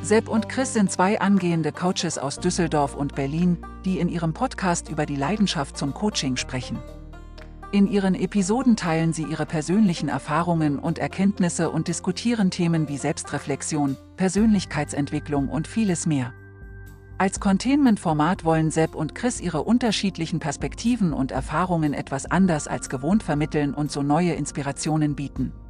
Sepp und Chris sind zwei angehende Coaches aus Düsseldorf und Berlin, die in ihrem Podcast über die Leidenschaft zum Coaching sprechen. In ihren Episoden teilen sie ihre persönlichen Erfahrungen und Erkenntnisse und diskutieren Themen wie Selbstreflexion, Persönlichkeitsentwicklung und vieles mehr. Als Containment-Format wollen Sepp und Chris ihre unterschiedlichen Perspektiven und Erfahrungen etwas anders als gewohnt vermitteln und so neue Inspirationen bieten.